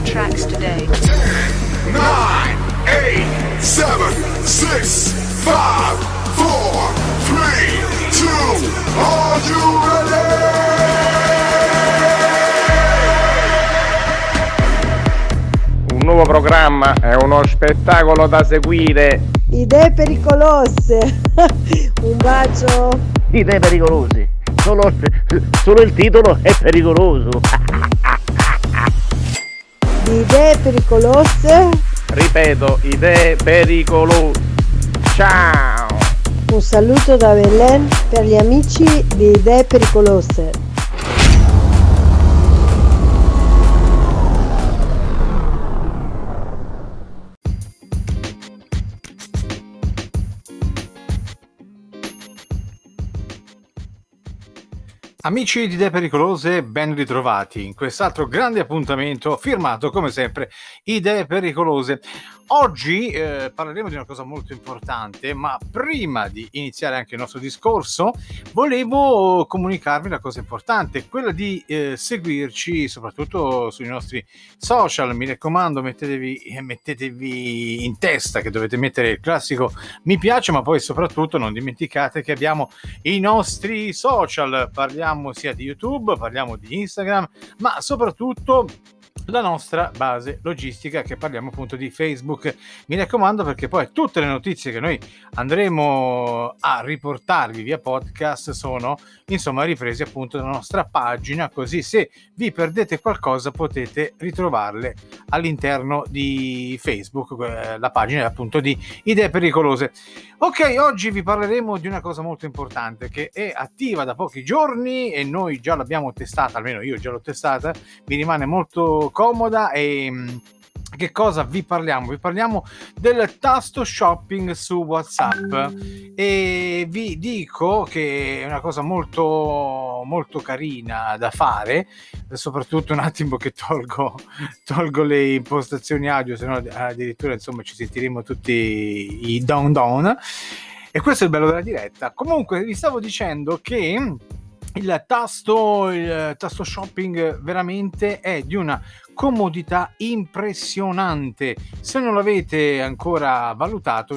tracks today. 9, 8, 7, 6, 5, 4, 3, 2, are you ready? Un nuovo programma è uno spettacolo da seguire. Idee pericolose. Un bacio. Idee pericolose. Solo il titolo è pericoloso. Di idee pericolose. Ripeto, idee pericolose. Ciao. Un saluto da Belen per gli amici di Idee Pericolose. Amici di Idee Pericolose, ben ritrovati in quest'altro grande appuntamento firmato come sempre Idee Pericolose. Oggi parleremo di una cosa molto importante, ma prima di iniziare anche il nostro discorso volevo comunicarvi una cosa importante, quella di seguirci soprattutto sui nostri social. Mi raccomando, mettetevi in testa che dovete mettere il classico mi piace, ma poi soprattutto non dimenticate che abbiamo i nostri social, parliamo sia di YouTube, parliamo di Instagram, ma soprattutto la nostra base logistica, che parliamo appunto di Facebook. Mi raccomando, perché poi tutte le notizie che noi andremo a riportarvi via podcast sono insomma riprese appunto dalla nostra pagina, così se vi perdete qualcosa potete ritrovarle all'interno di Facebook, la pagina appunto di Idee Pericolose. Ok, oggi vi parleremo di una cosa molto importante che è attiva da pochi giorni e noi già l'abbiamo testata, almeno io già l'ho testata, mi rimane molto comoda. E che cosa vi parliamo? Vi parliamo del tasto shopping su WhatsApp e vi dico che è una cosa molto molto carina da fare, soprattutto un attimo che tolgo le impostazioni audio, se no addirittura insomma ci sentiremo tutti i down, e questo è il bello della diretta. Comunque vi stavo dicendo che il tasto shopping veramente è di una comodità impressionante. Se non l'avete ancora valutato,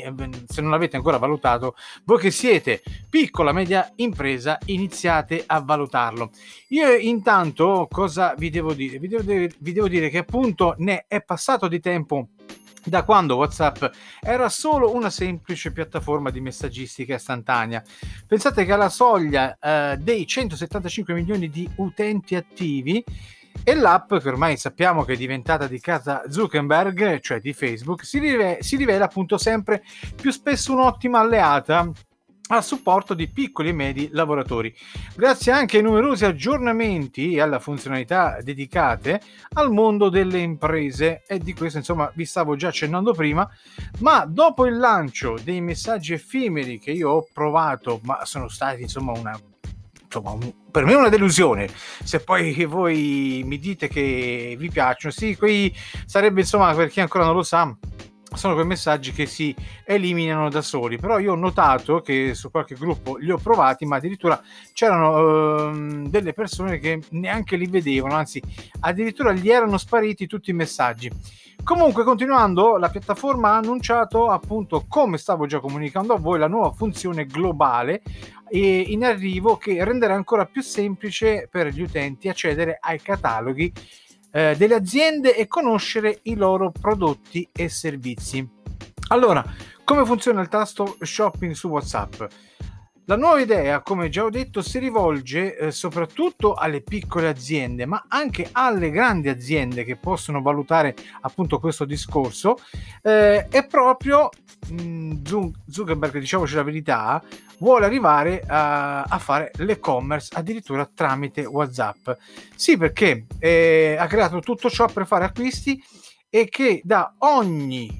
voi che siete piccola media impresa, iniziate a valutarlo. Io intanto cosa vi devo dire? Vi devo dire che appunto ne è passato di tempo da quando WhatsApp era solo una semplice piattaforma di messaggistica istantanea. Pensate che alla soglia dei 175 milioni di utenti attivi, e l'app, che ormai sappiamo che è diventata di casa Zuckerberg, cioè di Facebook, si rivela appunto sempre più spesso un'ottima alleata a supporto di piccoli e medi lavoratori, grazie anche ai numerosi aggiornamenti e alla funzionalità dedicate al mondo delle imprese. E di questo insomma vi stavo già accennando prima, ma dopo il lancio dei messaggi effimeri che io ho provato, ma sono stati insomma per me una delusione, se poi voi mi dite che vi piacciono, sì, qui sarebbe insomma, per chi ancora non lo sa, sono quei messaggi che si eliminano da soli. Però io ho notato che su qualche gruppo li ho provati, ma addirittura c'erano delle persone che neanche li vedevano, anzi addirittura gli erano spariti tutti i messaggi. Comunque, continuando, la piattaforma ha annunciato appunto, come stavo già comunicando a voi, la nuova funzione globale in arrivo, che renderà ancora più semplice per gli utenti accedere ai cataloghi delle aziende e conoscere i loro prodotti e servizi. Allora, come funziona il tasto shopping su WhatsApp? La nuova idea, come già ho detto, si rivolge soprattutto alle piccole aziende, ma anche alle grandi aziende che possono valutare appunto questo discorso. E proprio Zuckerberg, diciamoci la verità, vuole arrivare a fare l'e-commerce addirittura tramite WhatsApp. Sì, perché ha creato tutto ciò per fare acquisti, e che da ogni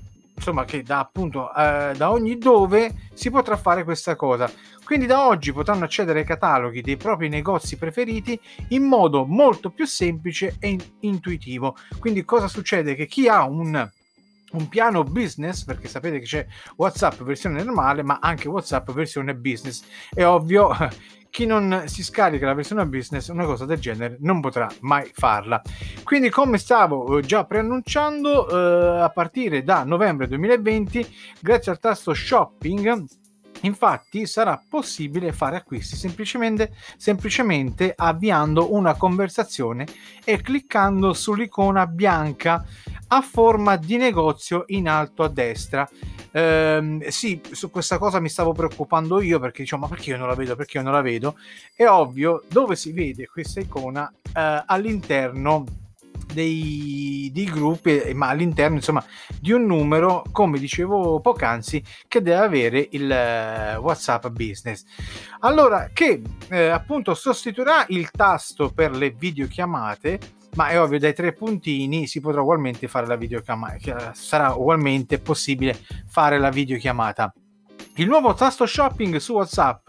dove si potrà fare questa cosa. Quindi da oggi potranno accedere ai cataloghi dei propri negozi preferiti in modo molto più semplice e intuitivo. Quindi cosa succede? Che chi ha un un piano business, perché sapete che c'è WhatsApp versione normale ma anche WhatsApp versione business. È ovvio, chi non si scarica la versione business una cosa del genere non potrà mai farla. Quindi, come stavo già preannunciando, a partire da novembre 2020, grazie al tasto shopping, infatti sarà possibile fare acquisti semplicemente avviando una conversazione e cliccando sull'icona bianca a forma di negozio in alto a destra. Sì, su questa cosa mi stavo preoccupando io, perché diciamo, ma perché io non la vedo? È ovvio, dove si vede questa icona all'interno dei gruppi, ma all'interno insomma di un numero, come dicevo poc'anzi, che deve avere il WhatsApp Business. Allora, che appunto sostituirà il tasto per le videochiamate, ma è ovvio, dai 3 puntini si potrà ugualmente fare la videochiamata, sarà ugualmente possibile fare la videochiamata. Il nuovo tasto shopping su WhatsApp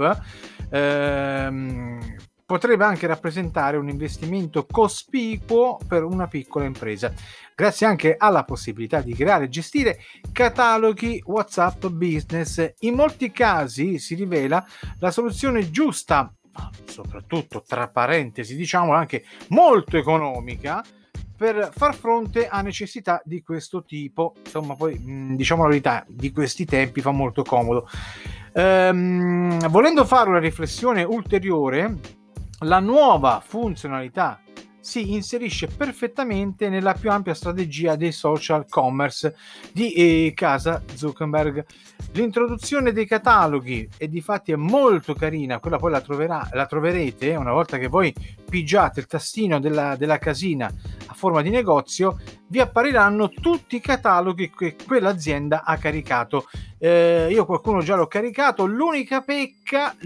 potrebbe anche rappresentare un investimento cospicuo per una piccola impresa, grazie anche alla possibilità di creare e gestire cataloghi WhatsApp Business. In molti casi si rivela la soluzione giusta, soprattutto tra parentesi diciamo anche molto economica, per far fronte a necessità di questo tipo. Insomma, poi diciamo la verità, di questi tempi fa molto comodo. Volendo fare una riflessione ulteriore, la nuova funzionalità si inserisce perfettamente nella più ampia strategia dei social commerce di casa Zuckerberg. L'introduzione dei cataloghi è difatti è molto carina, quella poi la troverete una volta che voi pigiate il tastino della casina a forma di negozio, vi appariranno tutti i cataloghi che quell'azienda ha caricato. Io qualcuno già l'ho caricato, l'unica pecca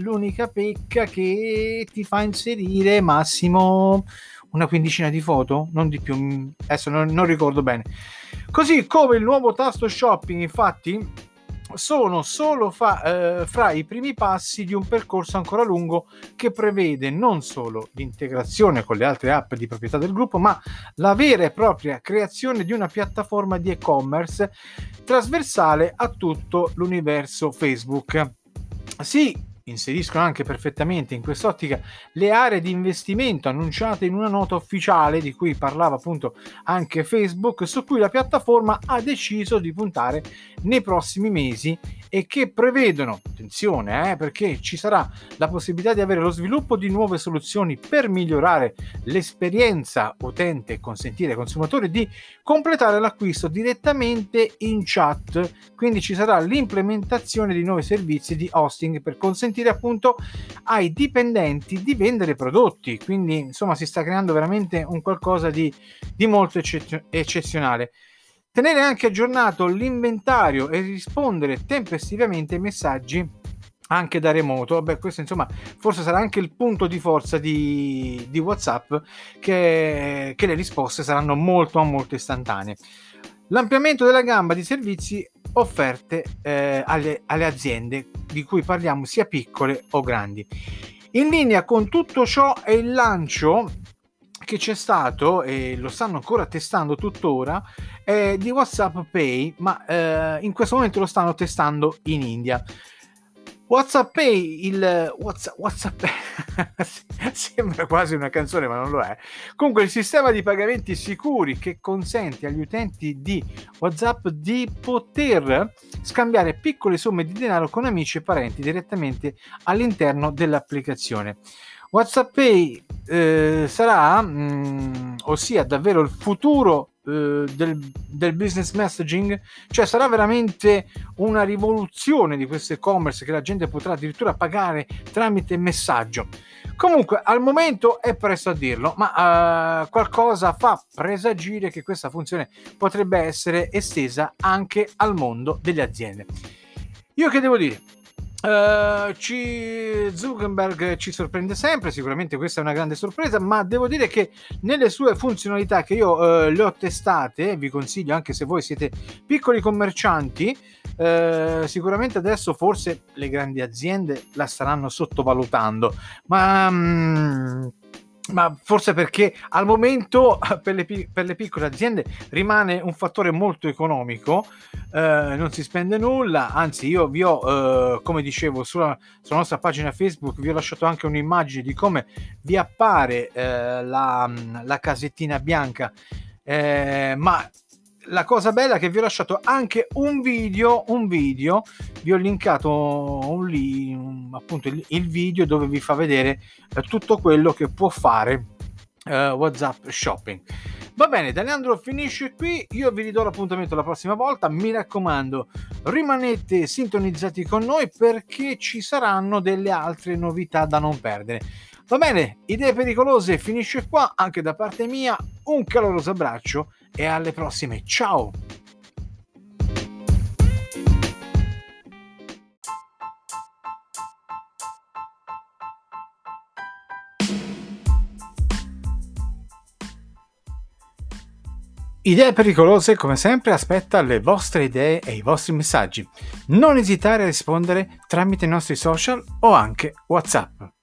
che ti fa inserire massimo una quindicina di foto, non di più, adesso non ricordo bene. Così come il nuovo tasto shopping, infatti, sono solo fra i primi passi di un percorso ancora lungo che prevede non solo l'integrazione con le altre app di proprietà del gruppo, ma la vera e propria creazione di una piattaforma di e-commerce trasversale a tutto l'universo Facebook. Si inseriscono anche perfettamente in quest'ottica le aree di investimento annunciate in una nota ufficiale di cui parlava appunto anche Facebook, su cui la piattaforma ha deciso di puntare nei prossimi mesi e che prevedono, attenzione perché ci sarà la possibilità di avere lo sviluppo di nuove soluzioni per migliorare l'esperienza utente e consentire ai consumatori di completare l'acquisto direttamente in chat. Quindi ci sarà l'implementazione di nuovi servizi di hosting per consentire appunto ai dipendenti di vendere prodotti. Quindi insomma si sta creando veramente un qualcosa di molto eccezionale. Tenere anche aggiornato l'inventario e rispondere tempestivamente ai messaggi anche da remoto. Beh, questo insomma forse sarà anche il punto di forza di WhatsApp, che le risposte saranno molto istantanee. L'ampliamento della gamma di servizi offerte alle aziende di cui parliamo, sia piccole o grandi. In linea con tutto ciò è il lancio che c'è stato, e lo stanno ancora testando tuttora, di WhatsApp Pay, ma in questo momento lo stanno testando in India. WhatsApp Pay, WhatsApp sembra quasi una canzone, ma non lo è. Comunque, il sistema di pagamenti sicuri che consente agli utenti di WhatsApp di poter scambiare piccole somme di denaro con amici e parenti direttamente all'interno dell'applicazione. WhatsApp Pay sarà, ossia davvero il futuro del business messaging, cioè sarà veramente una rivoluzione di questo e-commerce che la gente potrà addirittura pagare tramite messaggio. Comunque al momento è presto a dirlo, ma qualcosa fa presagire che questa funzione potrebbe essere estesa anche al mondo delle aziende. Io che devo dire? Zuckerberg ci sorprende sempre, sicuramente questa è una grande sorpresa, ma devo dire che nelle sue funzionalità che io le ho testate, vi consiglio anche se voi siete piccoli commercianti, sicuramente adesso forse le grandi aziende la staranno sottovalutando, ma ma forse perché al momento per le piccole aziende rimane un fattore molto economico, non si spende nulla, anzi io vi ho, come dicevo, sulla nostra pagina Facebook vi ho lasciato anche un'immagine di come vi appare la casettina bianca, ma la cosa bella è che vi ho lasciato anche un video, vi ho linkato appunto il video dove vi fa vedere tutto quello che può fare WhatsApp Shopping. Va bene, da Leandro finisce qui, io vi ridò l'appuntamento la prossima volta, mi raccomando, rimanete sintonizzati con noi perché ci saranno delle altre novità da non perdere. Va bene, Idee Pericolose finisce qua, anche da parte mia, un caloroso abbraccio e alle prossime, ciao! Idee Pericolose, come sempre, aspetta le vostre idee e i vostri messaggi. Non esitare a rispondere tramite i nostri social o anche WhatsApp.